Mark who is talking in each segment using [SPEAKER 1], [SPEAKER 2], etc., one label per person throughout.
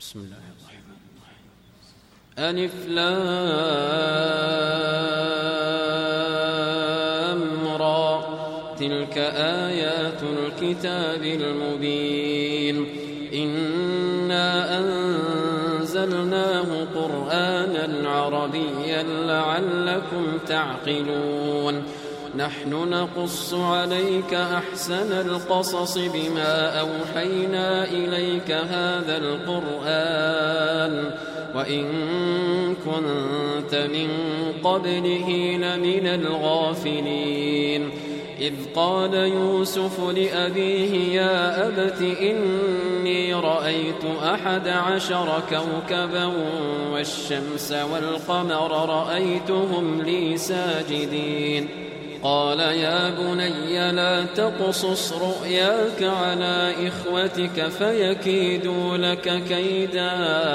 [SPEAKER 1] بسم الله الرحمن الرحيم. ألف لام را تلك آيات الكتاب المبين إنا أنزلناه قرآنا عربيا لعلكم تعقلون نحن نقص عليك أحسن القصص بما أوحينا إليك هذا القرآن وإن كنت من قبله لمن الغافلين إذ قال يوسف لأبيه يا أبت إني رأيت 11 كوكبا والشمس والقمر رأيتهم لي ساجدين قال يا بني لا تقصص رؤياك على إخوتك فيكيدوا لك كيدا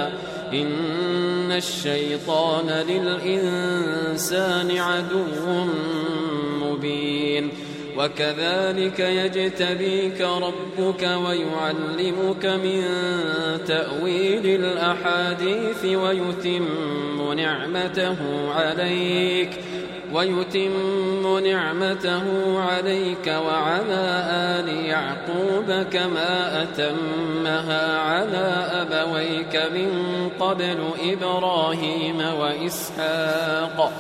[SPEAKER 1] إن الشيطان للإنسان عدو مبين وكذلك يجتبيك ربك ويعلمك من تأويل الأحاديث ويتم نعمته عليك وعلى آل يعقوب كما أتمها على أبويك من قبل إبراهيم وإسحاق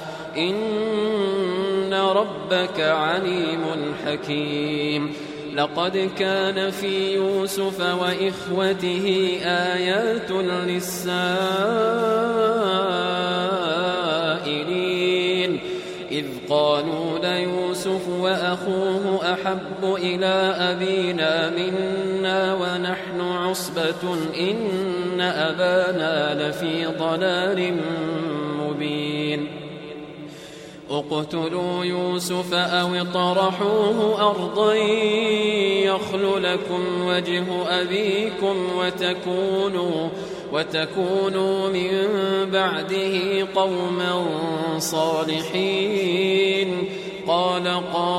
[SPEAKER 1] إن ربك عليم حكيم لقد كان في يوسف وإخوته آيات للسائلين إذ قالوا ليوسف وأخوه أحب إلى أبينا منا ونحن عصبة إن أبانا لفي ضلال مبين اقتلوا يوسف أو اطرحوه أرضا يخل لكم وجه أبيكم وتكونوا من بعده قوما صالحين قال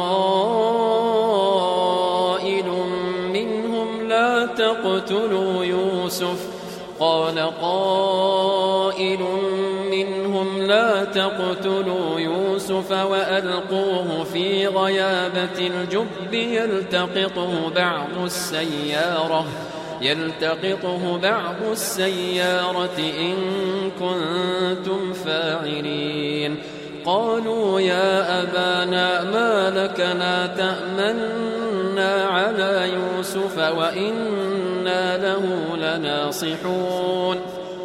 [SPEAKER 1] قائل منهم لا تقتلوا يوسف وألقوه في غيابة الجب يلتقطه بعض السيارة إن كنتم فاعلين قالوا يا أبانا ما لك لا تأمنا على يوسف وإنا له لناصحون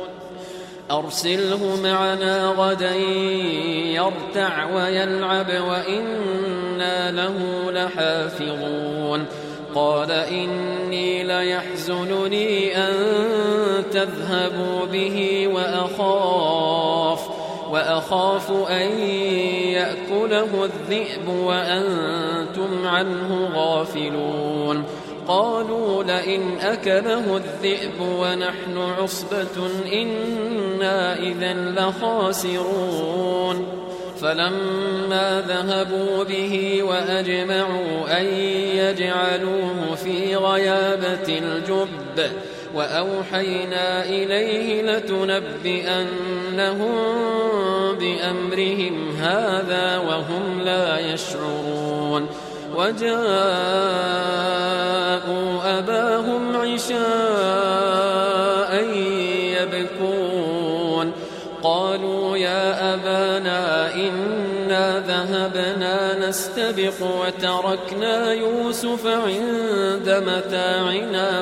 [SPEAKER 1] أرسله معنا غدا يرتع ويلعب وإنا له لحافظون قال إني ليحزنني أن تذهبوا به وأخاف أن يأكله الذئب وأنتم عنه غافلون قالوا لئن أكله الذئب ونحن عصبة إنا إذا لخاسرون فلما ذهبوا به وأجمعوا أن يجعلوه في غيابة الجب وأوحينا إليه لتنبئنهم بأمرهم هذا وهم لا يشعرون وجاءوا أباهم عشاء يبكون قالوا يا أبانا إنا ذهبنا نستبق وتركنا يوسف عند متاعنا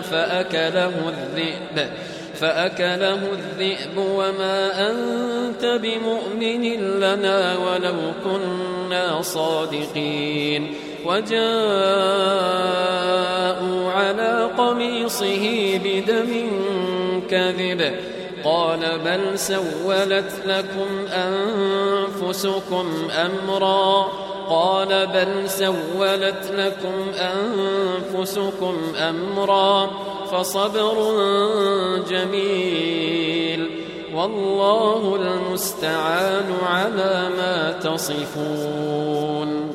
[SPEAKER 1] فأكله الذئب وما أنت بمؤمن لنا ولو كنا صادقين وجاءوا على قميصه بدم كذب قال بل سولت لكم أنفسكم أمرا فصبر جميل والله المستعان على ما تصفون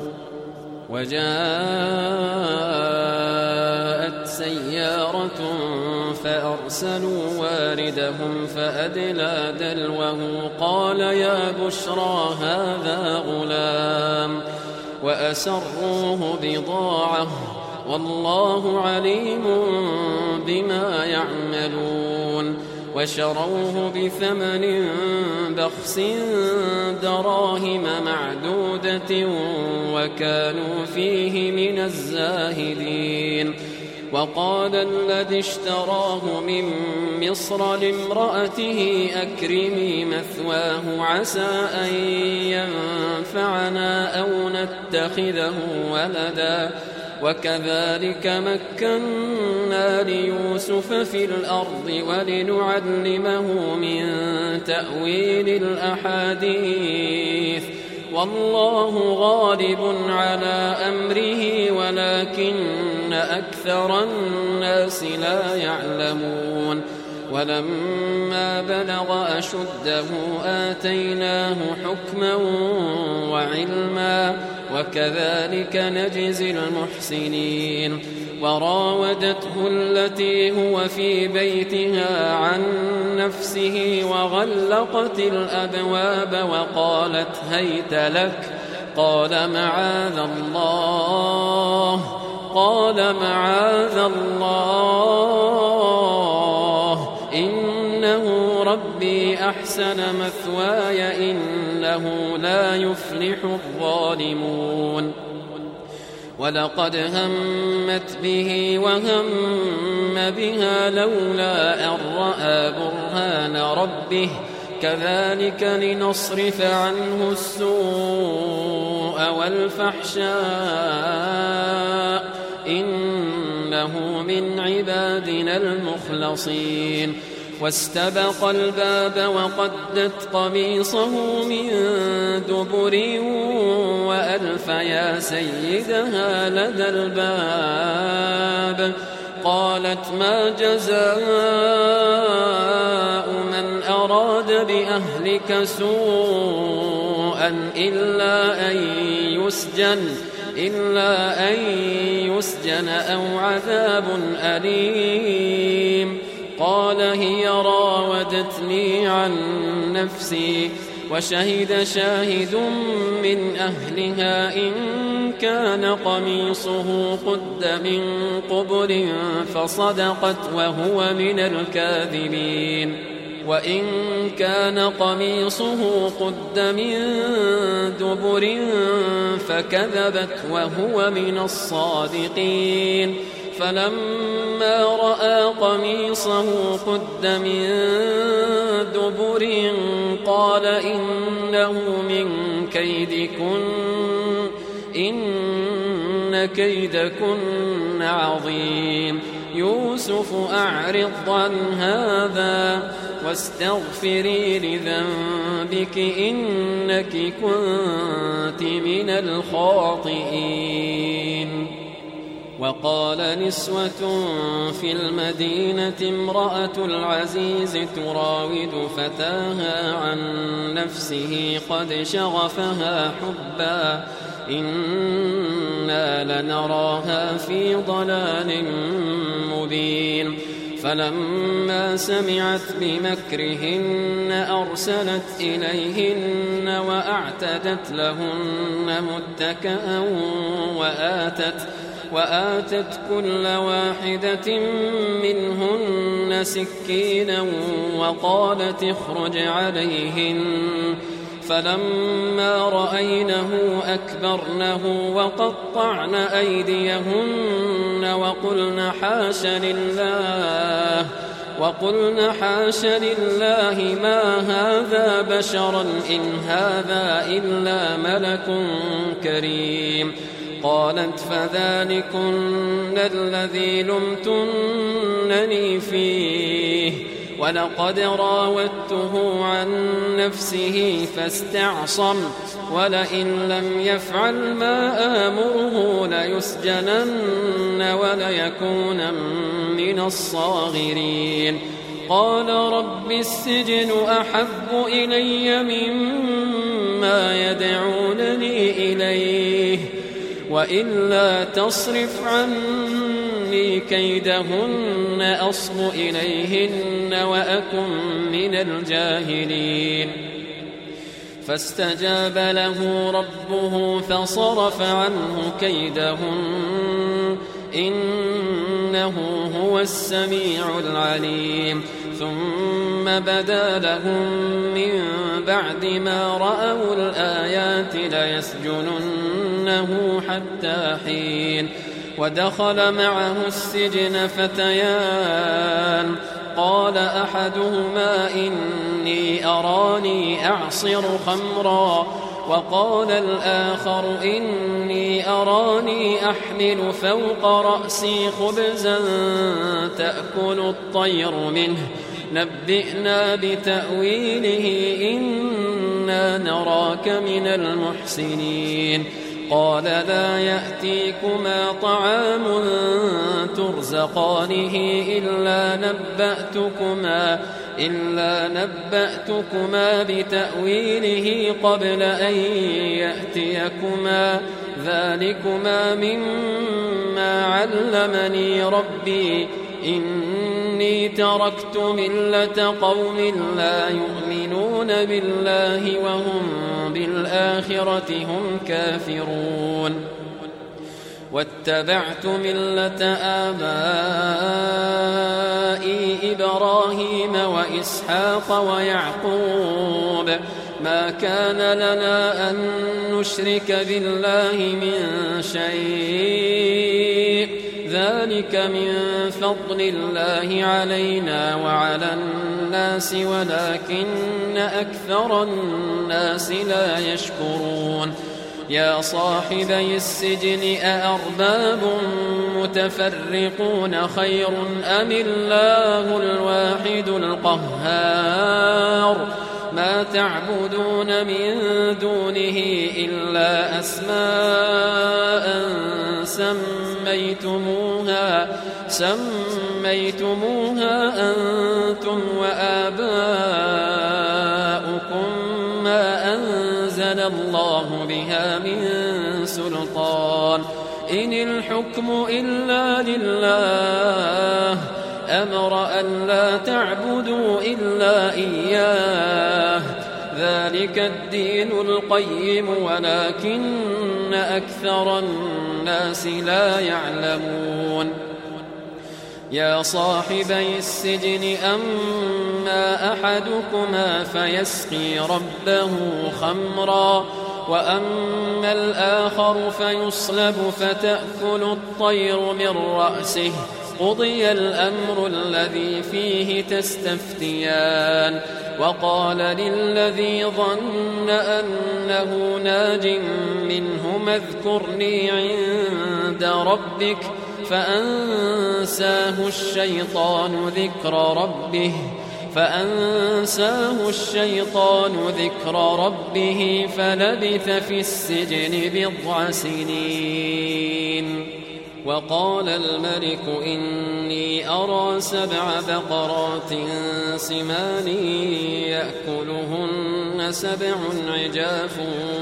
[SPEAKER 1] وجاءت سيارة فأرسلوا واردهم فأدلى دلوه قال يا بشرى هذا غلام وأسروه بضاعة والله عليم بما يعملون وشروه بثمن بخس دراهم معدودة وكانوا فيه من الزاهدين. وقال الذي اشتراه من مصر لامرأته أكرمي مثواه عسى أن ينفعنا أو نتخذه ولدا وكذلك مكنا ليوسف في الأرض ولنعلمه من تأويل الأحاديث والله غالب على أمره ولكن أكثر الناس لا يعلمون. ولما بلغ أشده آتيناه حكما وعلما وكذلك نجزي المحسنين. وراودته التي هو في بيتها عن نفسه وغلقت الأبواب وقالت هيت لك قال معاذ الله إنه ربي أحسن مثواي إنه لا يفلح الظالمون. ولقد همت به وهم بها لولا أن رأى برهان ربه كذلك لنصرف عنه السوء والفحشاء إنه من عبادنا المخلصين. واستبق الباب وقدت قميصه من دبر وألف يا سيدها لدى الباب قالت ما جزاء من أراد بأهلك سوءا إلا أن يسجن أو عذاب أليم. قال هي راودتني عن نفسي وشهد شاهد من أهلها إن كان قميصه قد من قبل فصدقت وهو من الكاذبين وإن كان قميصه قد من دبر فكذبت وهو من الصادقين. فلما رأى قميصه قد من دبر قال إنه من كيدكن إن كيدكن عظيم. يوسف أعرض عن هذا واستغفري لذنبك إنك كنت من الخاطئين. وقال نسوة في المدينة امرأة العزيز تراود فتاها عن نفسه قد شغفها حبا إنا لنراها في ضلال مبين. فلما سمعت بمكرهن أرسلت إليهن وأعتدت لهن متكئا وآتت كل واحدة منهن سكينا وقالت اخرج عليهن. فلما رأينه أكبرنه وقطعن أيديهن وقلن حاش لله ما هذا بشرا إن هذا إلا ملك كريم. قالت فذلكن الذي لمتنني فيه ولقد راودته عن نفسه فاستعصم ولئن لم يفعل ما آمره ليسجنن وليكون من الصاغرين. قال رب السجن أحب إلي مما يدعونني إليه وإلا تصرف عني إني كيدهن أصب إليهن وأكن من الجاهلين فاستجاب له ربه فصرف عنه كيدهن إنه هو السميع العليم ثم بدا لهم من بعد ما رأوا الآيات ليسجننه حتى حين ودخل معه السجن فتيان قال أحدهما إني أراني أعصر خمرا وقال الآخر إني أراني أحمل فوق رأسي خبزا تأكل الطير منه نبئنا بتأويله إنا نراك من المحسنين قال لا يأتيكما طعام ترزقانه إلا نبأتكما بتأويله قبل أن يأتيكما ذلكما مما علمني ربي إني تركت ملة قوم لا يؤمنون بالله وهم بالآخرة هم كافرون واتبعت ملة آبائي إبراهيم وإسحاق ويعقوب ما كان لنا أن نشرك بالله من شيء ذلك من فضل الله علينا وعلى الناس ولكن أكثر الناس لا يشكرون يا صاحبي السجن أأرباب متفرقون خير أم الله الواحد القهار ما تعبدون من دونه إلا أسماء سميتموها أنتم وآباؤكم ما أنزل الله بها من سلطان إن الحكم إلا لله أمر أن لا تعبدوا إلا إياه ذلك الدين القيم ولكن أكثر الناس لا يعلمون يا صاحبي السجن أما أحدكما فيسقي ربه خمرا وأما الآخر فيصلب فتأكل الطير من رأسه قضي الأمر الذي فيه تستفتيان وقال للذي ظن أنه ناج منهما اذكرني عند ربك فأنساه الشيطان ذكر ربه فلبث في السجن 9 سنين وقال الملك إني أرى 7 بقرات سمان يأكلهن 7 عجاف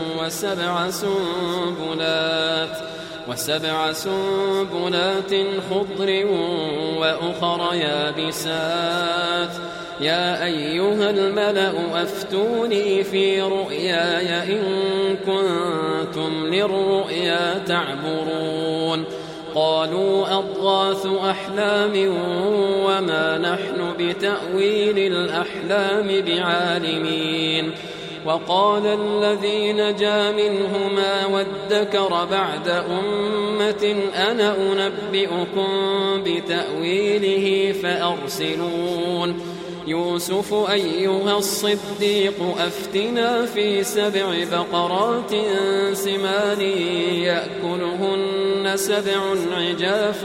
[SPEAKER 1] وسبع سنبلات خضر وأخر يابسات يا أيها الملأ أفتوني في رؤياي إن كنتم للرؤيا تعبرون قالوا أضغاث أحلام وما نحن بتأويل الأحلام بعالمين وقال الذي نجا منهما وادكر بعد أمة أنا أنبئكم بتأويله فأرسلون يوسف أيها الصديق أفتنا في 7 بقرات سمان يأكلهن 7 عجاف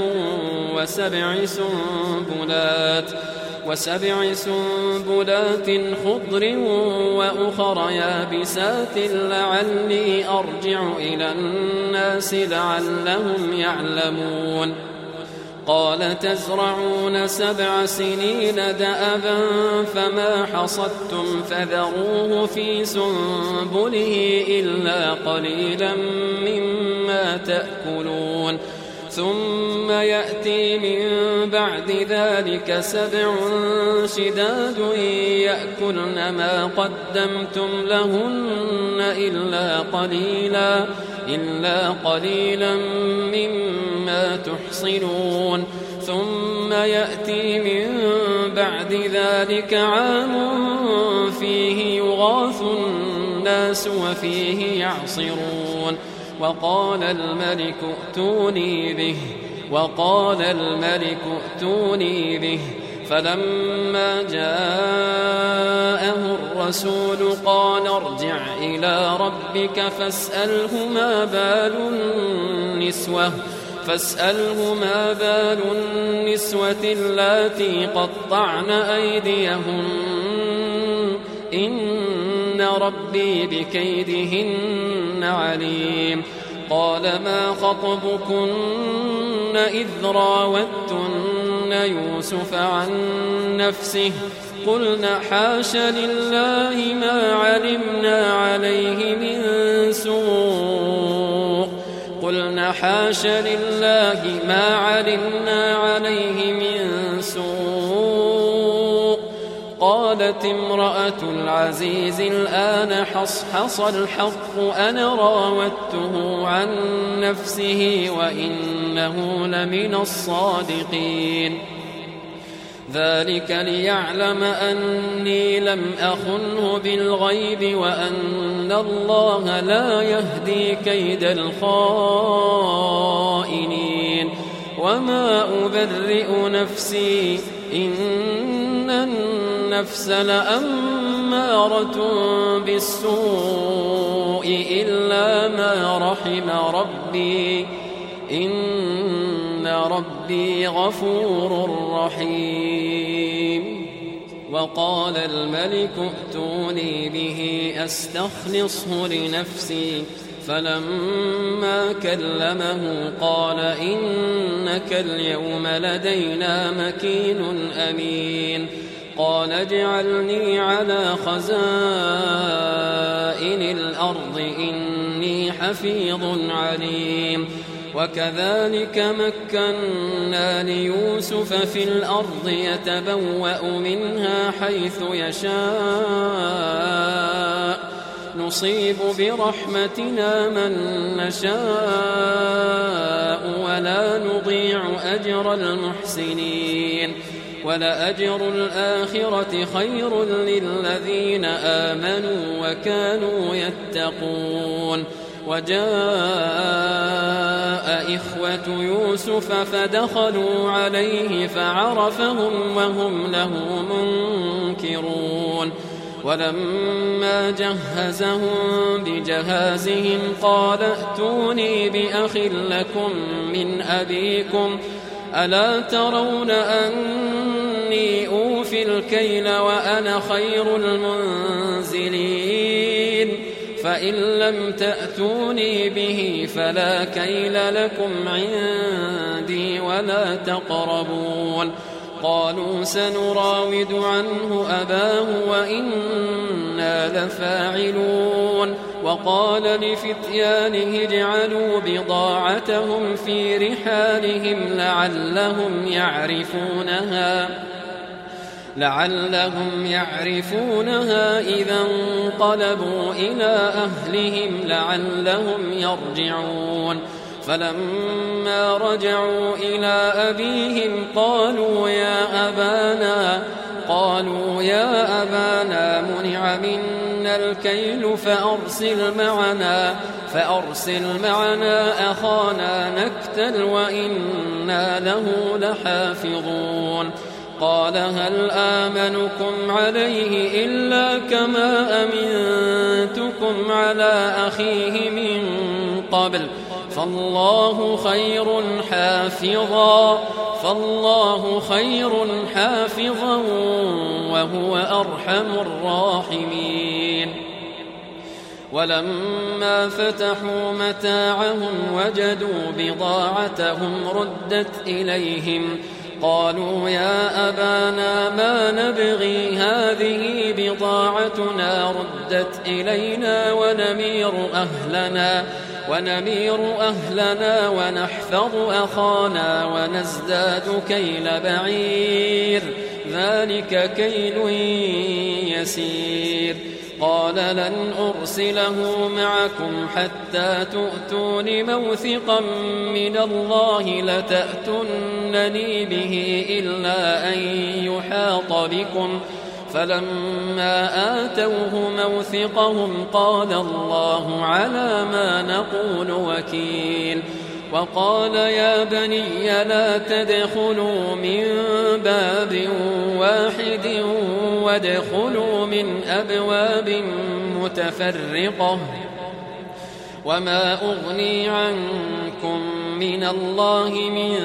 [SPEAKER 1] وسبع سنبلات خضر وأخر يابسات لعلي أرجع إلى الناس لعلهم يعلمون قال تزرعون 7 سنين دأبا فما حصدتم فذروه في سنبله إلا قليلا مما تأكلون ثم يأتي من بعد ذلك 7 شداد يأكلن ما قدمتم لهن إلا قليلا مما تحصنون ثم يأتي من بعد ذلك عام فيه يغاث الناس وفيه يعصرون وقال الملك ائتوني به فلما جاءه الرسول قال ارجع إلى ربك فاسأله ما بال النسوة اللاتي قطعن أيديهن إن ربي بكيدهن عليم قال ما خطبكن إذ راوتن يوسف عن نفسه قلنا حاش لله ما علمنا عليه من سوء قالت امرأة العزيز الآن حصحص الحق أنا راودته عن نفسه وإنه لمن الصادقين ذلك ليعلم أني لم أخنه بالغيب وأن الله لا يهدي كيد الخائنين وما أبرئ نفسي إن النفس لأمارة بالسوء إلا ما رحم ربي إن ربي غفور رحيم وقال الملك ائتوني به أستخلصه لنفسي فلما كلمه قال إنك اليوم لدينا مكين أمين قال اجعلني على خزائن الأرض إني حفيظ عليم وكذلك مكنا ليوسف في الأرض يتبوأ منها حيث يشاء نصيب برحمتنا من نشاء ولا نضيع أجر المحسنين ولأجر الآخرة خير للذين آمنوا وكانوا يتقون وجاء إخوة يوسف فدخلوا عليه فعرفهم وهم له منكرون ولما جهزهم بجهازهم قال ائتوني بأخ لكم من أبيكم ألا ترون أني أوفي الكيل وأنا خير المنزلين فإن لم تأتوني به فلا كيل لكم عندي ولا تقربون قالوا سنراود عنه أباه وإنا لفاعلون وقال لفتيانه اجعلوا بضاعتهم في رحالهم لعلهم يعرفونها إذا انقلبوا إلى أهلهم لعلهم يرجعون فلما رجعوا إلى أبيهم قالوا يا أبانا منع منا الكيل فأرسل معنا أخانا نكتل وإنا له لحافظون قال هل آمنكم عليه إلا كما أمنتكم على أخيه من قبل فالله خير حافظا وهو أرحم الراحمين ولما فتحوا متاعهم وجدوا بضاعتهم ردت إليهم قالوا يا أبانا ما نبغي هذه بضاعتنا ردت إلينا ونمير أهلنا ونحفظ أخانا ونزداد كيل بعير ذلك كيل يسير. قال لن أرسله معكم حتى تؤتون موثقا من الله لتأتونني به إلا أن يحاط بكم. فلما آتوه موثقهم قال الله على ما نقول وكيل. وقال يا بني لا تدخلوا من باب واحد وادخلوا من أبواب متفرقة وما أغني عنكم من الله من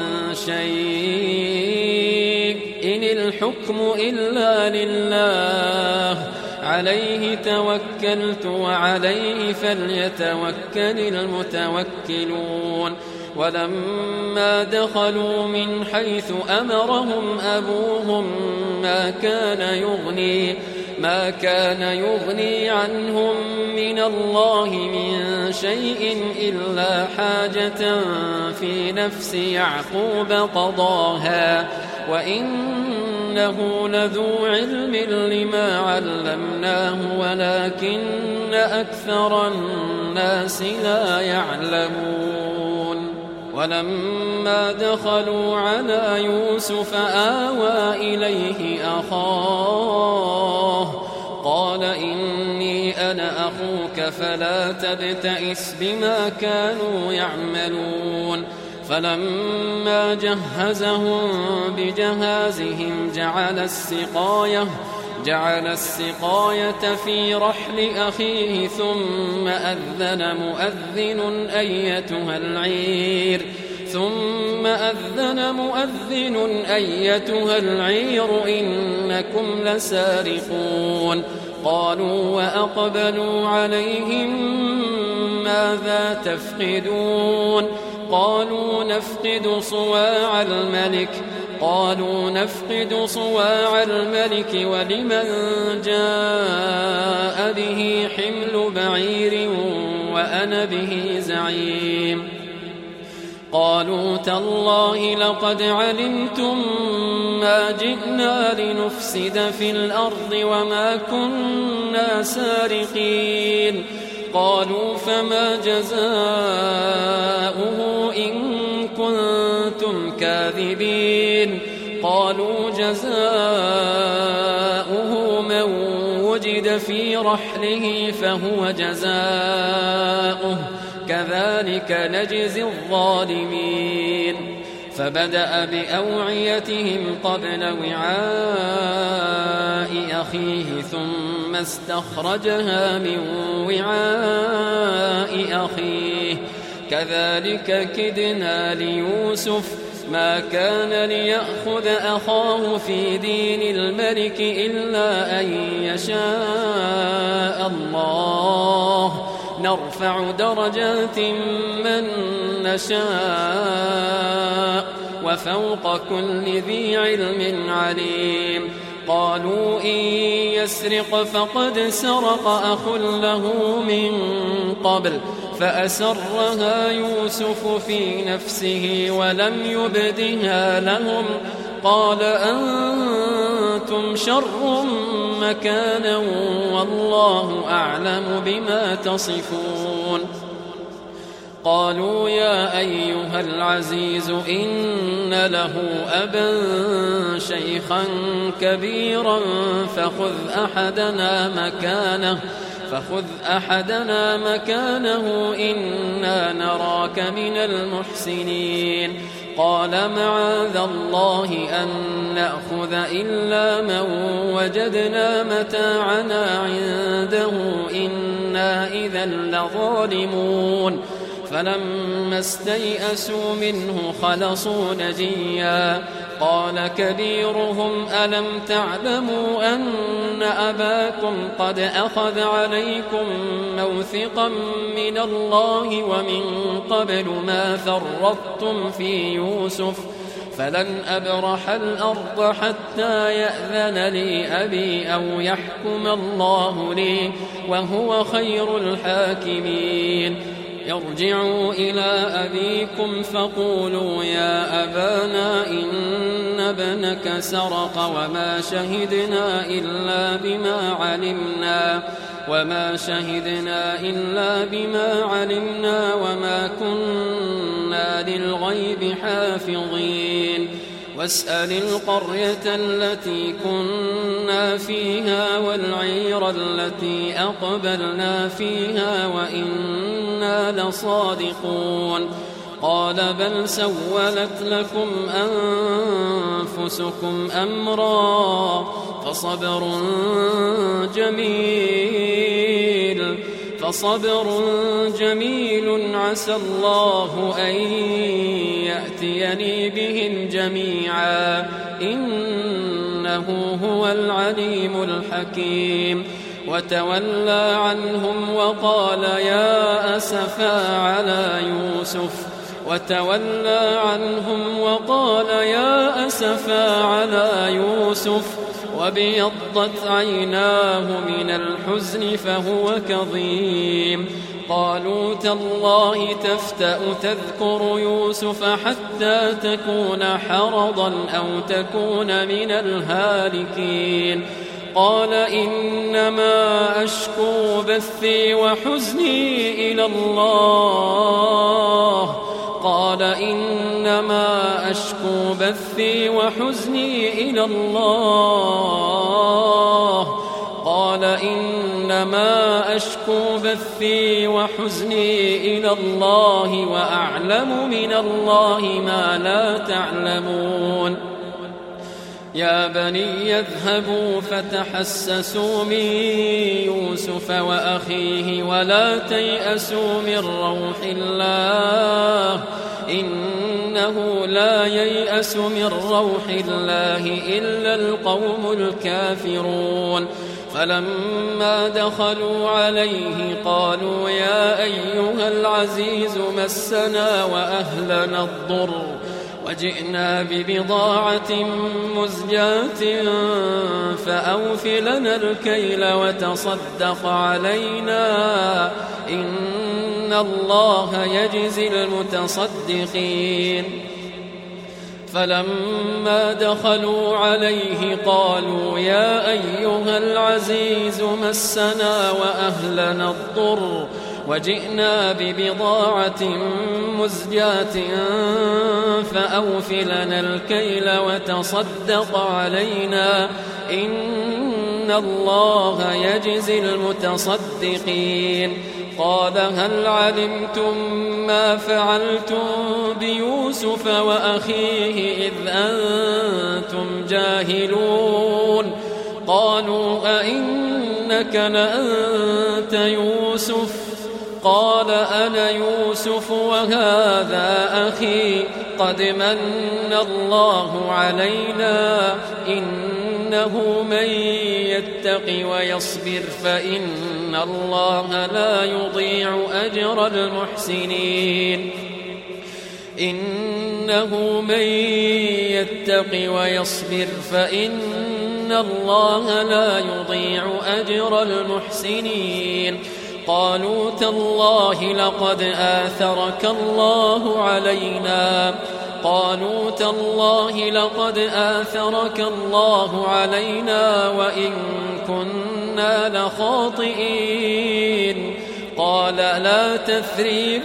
[SPEAKER 1] شيء إن الحكم إلا لله عليه توكلت وعليه فليتوكل المتوكلون. ولما دخلوا من حيث أمرهم أبوهم ما كان يغني عنهم من الله من شيء إلا حاجة في نفس يعقوب قضاها وإنه لذو علم لما علمناه ولكن أكثر الناس لا يعلمون. ولما دخلوا على يوسف آوى إليه أخاه قال إني أنا أخوك فلا تبتئس بما كانوا يعملون. فلما جهزهم بجهازهم جعل السقاية في رحل أخيه ثم أذن مؤذن أيتها العير إنكم لسارقون. قالوا وأقبلوا عليهم ماذا تفقدون؟ قالوا نفقد صواع الملك ولمن جاء به حمل بعير وأنا به زعيم. قالوا تالله لقد علمتم ما جئنا لنفسد في الأرض وما كنا سارقين. قالوا فما جزاؤه إن كنتم كاذبين؟ قالوا جزاؤه من وجد في رحله فهو جزاؤه كذلك نجزي الظالمين. فبدأ بأوعيتهم قبل وعاء أخيه ثم استخرجها من وعاء أخيه كذلك كدنا ليوسف ما كان ليأخذ أخاه في دين الملك إلا أن يشاء الله نرفع درجات من نشاء وفوق كل ذي علم عليم. قالوا إن يسرق فقد سرق أخ له من قبل فأسرها يوسف في نفسه ولم يبدها لهم قال أنتم شر مكانا والله أعلم بما تصفون. قالوا يا أيها العزيز إن له أبا شيخا كبيرا فخذ أحدنا مكانه إنا نراك من المحسنين. قال معاذ الله أن نأخذ إلا من وجدنا متاعنا عنده إنا إذا لظالمون. فلما استيئسوا منه خلصوا نجيا. قال كبيرهم ألم تعلموا أن أباكم قد أخذ عليكم موثقا من الله ومن قبل ما فرطتم في يوسف فلن أبرح الأرض حتى يأذن لي أبي أو يحكم الله لي وهو خير الحاكمين. ارجعوا إلى أبيكم فقولوا يا أبانا إن ابنك سرق وما شهدنا إلا بما علمنا وما كنا للغيب حافظين. واسأل القرية التي كنا فيها والعير التي أقبلنا فيها وإنا لصادقون. قال بل سولت لكم أنفسكم أمرا فصبر جميل عسى الله أن يأتيني بهم جميعا إنه هو العليم الحكيم. وتولى عنهم وقال يا أسفا على يوسف وابيضت عيناه من الحزن فهو كظيم. قالوا تالله تفتأ تذكر يوسف حتى تكون حرضا أو تكون من الهالكين. قال إنما أشكو بثي وحزني إلى الله وأعلم من الله ما لا تعلمون. يا بني اذهبوا فتحسسوا من يوسف وأخيه ولا تيأسوا من روح الله إنه لا ييأس من روح الله إلا القوم الكافرون. فلما دخلوا عليه قالوا يا أيها العزيز مسنا وأهلنا الضر وجئنا ببضاعة مزجاة فأوف لنا الكيل وتصدق علينا إن الله يجزي المتصدقين. فلما دخلوا عليه قالوا يا أيها العزيز مسنا وأهلنا الضر وجئنا ببضاعة مزجاة فأوف لنا الكيل وتصدق علينا إن الله يجزي المتصدقين. قال هل علمتم ما فعلتم بيوسف وأخيه إذ أنتم جاهلون؟ قالوا أئنك لأنت يوسف؟ قال أنا يوسف وهذا أخي قد من الله علينا إنه من يتق ويصبر فإن الله لا يضيع أجر المحسنين. إنه من يتق ويصبر فإن الله لا يضيع أجر المحسنين. قالوا تالله لقد آثرك الله علينا وإن كنا لخاطئين. قال لا تثريب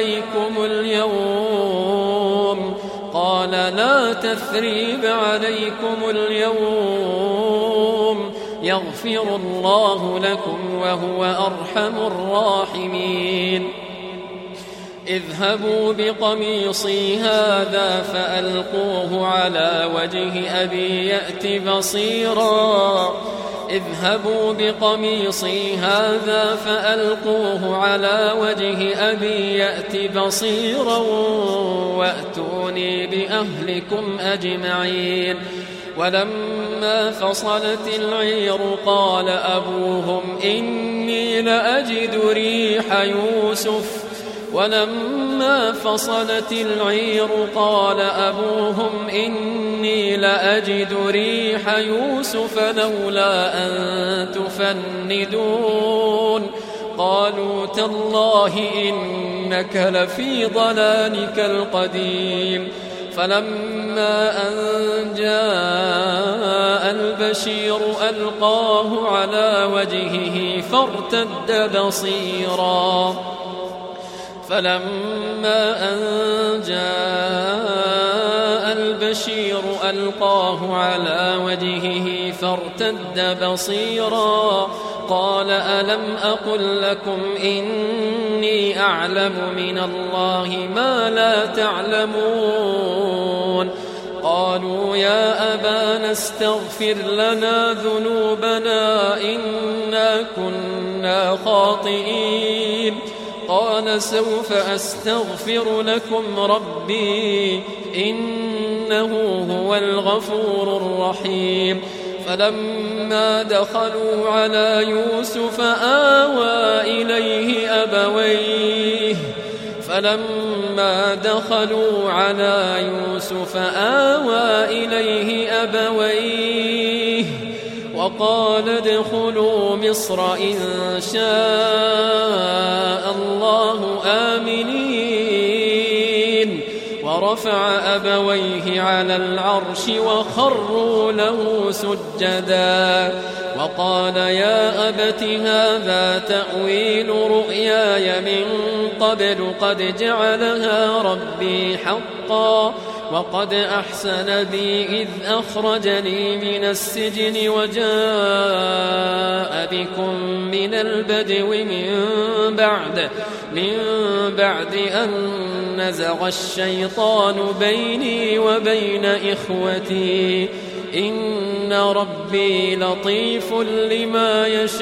[SPEAKER 1] عليكم اليوم يغفر الله لكم وهو أرحم الراحمين. اذهبوا بقميصي هذا فألقوه على وجه أبي يأت بصيرا وأتوني بأهلكم أجمعين. ولما فصلت العير قال أبوهم إني لأجد ريح يوسف ولما فصلت العير قال أبوهم إني لأجد ريح يوسف لولا أن تفندون قالوا تالله إنك لفي ضلالك القديم فلما أن جاء البشير ألقاه على وجهه فارتد بصيرا فلما أن جاء البشير ألقاه على وجهه فارتد بصيرا قال ألم أقل لكم إني أعلم من الله ما لا تعلمون قالوا يا أبانا استغفر لنا ذنوبنا إنا كنا خاطئين قال سوف أستغفر لكم ربي إنه هو الغفور الرحيم فلما دخلوا على يوسف آوى إليه أبويه وقال ادخلوا مصر إن شاء الله آمنين ورفع أبويه على العرش وخروا له سجدا وقال يا أبت هذا تأويل رؤياي من قبل قد جعلها ربي حقا وقد أحسن بي إذ أخرجني من السجن وجاء بكم من البدو من بعد أن نزغ الشيطان بيني وبين إخوتي إن ربي لطيف لما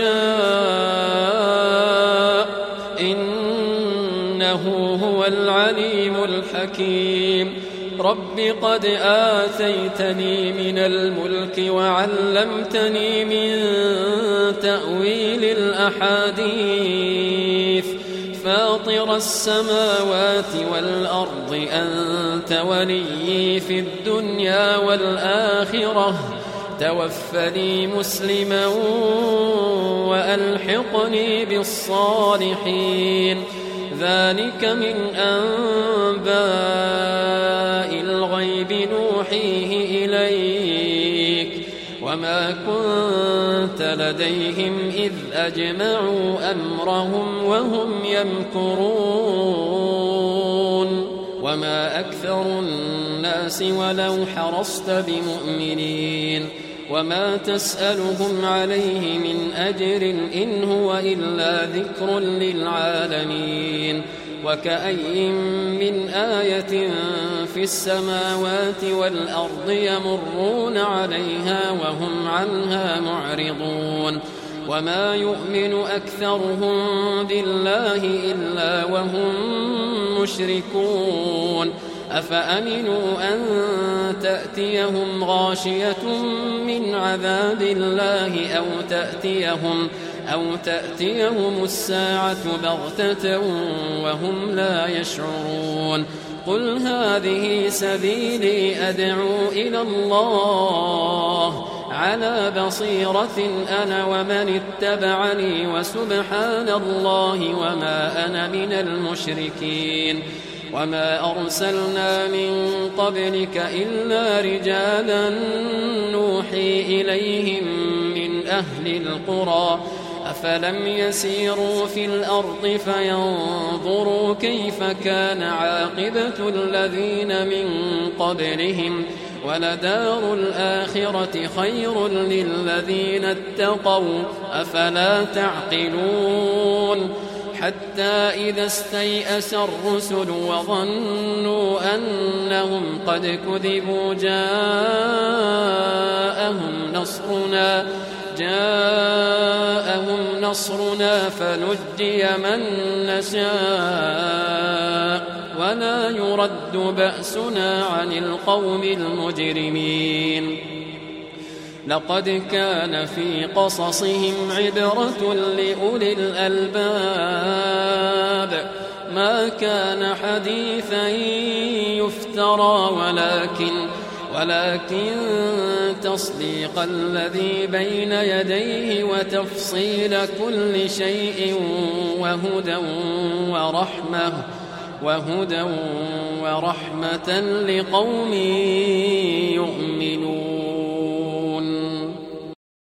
[SPEAKER 1] يشاء إنه هو العليم الحكيم رب قد آتيتني من الملك وعلمتني من تأويل الأحاديث فاطر السماوات والأرض أنت وليي في الدنيا والآخرة توفني مسلما وألحقني بالصالحين ذلك من أنباء الغيب نوحيه إليك وما كنت لديهم إذ أجمعوا أمرهم وهم يمكرون وما أكثر الناس ولو حرصت بمؤمنين وما تسألهم عليه من أجر إن هو إلا ذكر للعالمين وكأي من آية في السماوات والأرض يمرون عليها وهم عنها معرضون وما يؤمن أكثرهم بالله إلا وهم مشركون أفأمنوا أن تأتيهم غاشية من عذاب الله أو تأتيهم الساعة بغتة وهم لا يشعرون قل هذه سبيلي أدعو إلى الله على بصيرة أنا ومن اتبعني وسبحان الله وما أنا من المشركين وما أرسلنا من قبلك إلا رجالا نوحي إليهم من أهل القرى أفلم يسيروا في الأرض فينظروا كيف كان عاقبة الذين من قبلهم ولدار الآخرة خير للذين اتقوا أفلا تعقلون حتى إذا استيأس الرسل وظنوا أنهم قد كذبوا جاءهم نصرنا فنجي من نشاء ولا يرد بأسنا عن القوم المجرمين لقد كان في قصصهم عبرة لأولي الألباب ما كان حديثا يفترى ولكن تصديق الذي بين يديه وتفصيل كل شيء وهدى ورحمة لقوم يؤمنون.